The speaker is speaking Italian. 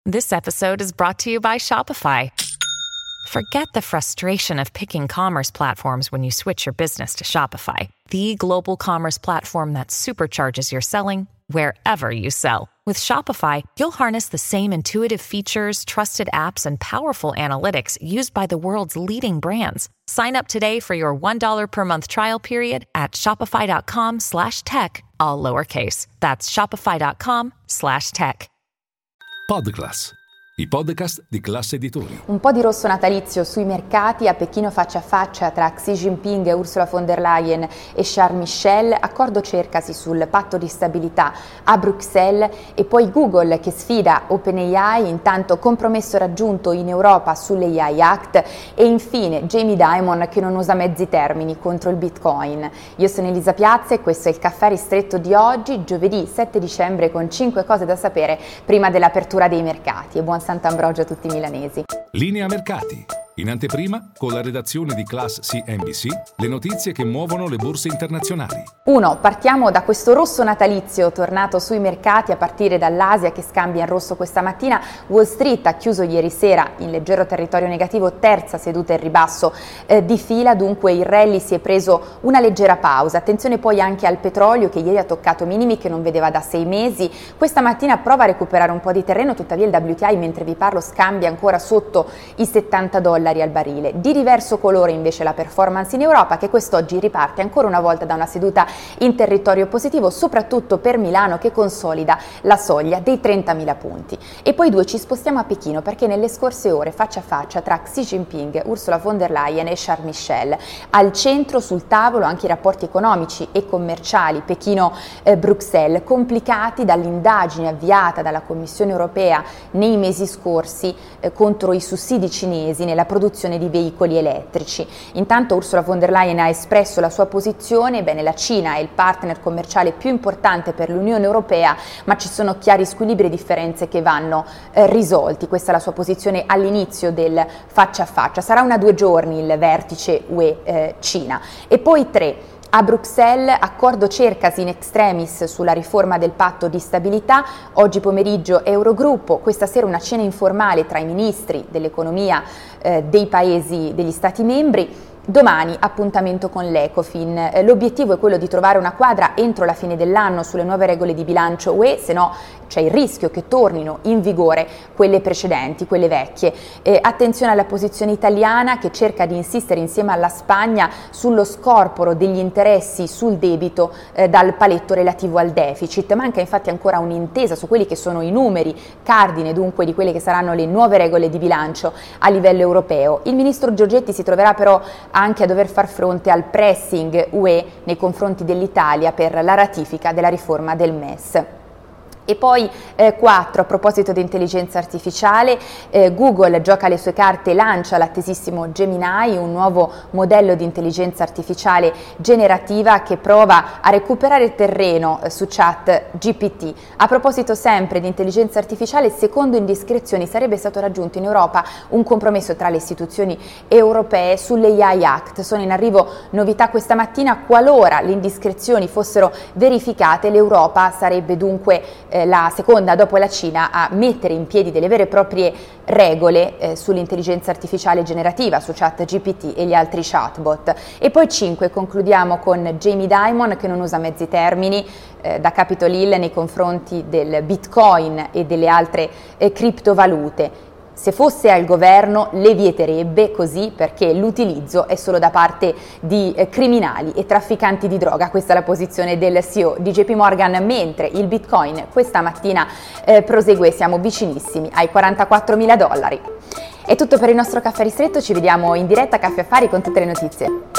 This episode is brought to you by Shopify. Forget the frustration of picking commerce platforms when you switch your business to Shopify, the global commerce platform that supercharges your selling wherever you sell. With Shopify, you'll harness the same intuitive features, trusted apps, and powerful analytics used by the world's leading brands. Sign up today for your $1 per month trial period at shopify.com/tech, all lowercase. That's shopify.com/tech. Podclass, i podcast di Class Editori. Un po' di rosso natalizio sui mercati, a Pechino faccia a faccia tra Xi Jinping, Ursula von der Leyen e Charles Michel, accordo cercasi sul patto di stabilità a Bruxelles e poi Google che sfida OpenAI, intanto compromesso raggiunto in Europa sull'AI Act e infine Jamie Dimon che non usa mezzi termini contro il Bitcoin. Io sono Elisa Piazza e questo è il caffè ristretto di oggi, giovedì 7 dicembre con 5 cose da sapere prima dell'apertura dei mercati e buon Sant'Ambrogio a tutti i milanesi. Linea mercati. In anteprima, con la redazione di Class CNBC, le notizie che muovono le borse internazionali. 1. Partiamo da questo rosso natalizio tornato sui mercati a partire dall'Asia che scambia in rosso questa mattina. Wall Street ha chiuso ieri sera in leggero territorio negativo, terza seduta in ribasso di fila, dunque il rally si è preso una leggera pausa. Attenzione poi anche al petrolio che ieri ha toccato minimi che non vedeva da 6 mesi. Questa mattina prova a recuperare un po' di terreno, tuttavia il WTI mentre vi parlo scambia ancora sotto i $70 al barile. Di diverso colore invece la performance in Europa che quest'oggi riparte ancora una volta da una seduta in territorio positivo, soprattutto per Milano che consolida la soglia dei 30.000 punti. E poi 2 ci spostiamo a Pechino perché nelle scorse ore faccia a faccia tra Xi Jinping, Ursula von der Leyen e Charles Michel. Al centro sul tavolo anche i rapporti economici e commerciali Pechino-Bruxelles, complicati dall'indagine avviata dalla Commissione europea nei mesi scorsi contro i sussidi cinesi nella produzione di veicoli elettrici. Intanto Ursula von der Leyen ha espresso la sua posizione, bene la Cina è il partner commerciale più importante per l'Unione Europea, ma ci sono chiari squilibri e differenze che vanno risolti. Questa è la sua posizione all'inizio del faccia a faccia. Sarà una 2 giorni il vertice UE-Cina. E poi 3. A Bruxelles, accordo cercasi in extremis sulla riforma del patto di stabilità, oggi pomeriggio Eurogruppo, questa sera una cena informale tra i ministri dell'economia dei paesi, degli Stati membri. Domani appuntamento con l'Ecofin, l'obiettivo è quello di trovare una quadra entro la fine dell'anno sulle nuove regole di bilancio UE, se no c'è il rischio che tornino in vigore quelle precedenti, quelle vecchie. Attenzione alla posizione italiana che cerca di insistere insieme alla Spagna sullo scorporo degli interessi sul debito dal paletto relativo al deficit. Manca infatti ancora un'intesa su quelli che sono i numeri cardine dunque di quelle che saranno le nuove regole di bilancio a livello europeo. Il ministro Giorgetti si troverà però anche a dover far fronte al pressing UE nei confronti dell'Italia per la ratifica della riforma del MES. E poi 4, a proposito di intelligenza artificiale, Google gioca le sue carte e lancia l'attesissimo Gemini, un nuovo modello di intelligenza artificiale generativa che prova a recuperare terreno su ChatGPT. A proposito sempre di intelligenza artificiale, secondo indiscrezioni sarebbe stato raggiunto in Europa un compromesso tra le istituzioni europee sull'AI Act. Sono in arrivo novità questa mattina, qualora le indiscrezioni fossero verificate l'Europa sarebbe dunque la seconda dopo la Cina a mettere in piedi delle vere e proprie regole sull'intelligenza artificiale generativa, su ChatGPT e gli altri chatbot. E poi 5, concludiamo con Jamie Dimon che non usa mezzi termini da Capitol Hill nei confronti del Bitcoin e delle altre criptovalute. Se fosse al governo le vieterebbe così perché l'utilizzo è solo da parte di criminali e trafficanti di droga. Questa è la posizione del CEO di JP Morgan, mentre il Bitcoin questa mattina prosegue, siamo vicinissimi ai $44.000. È tutto per il nostro caffè ristretto, ci vediamo in diretta a Caffè Affari con tutte le notizie.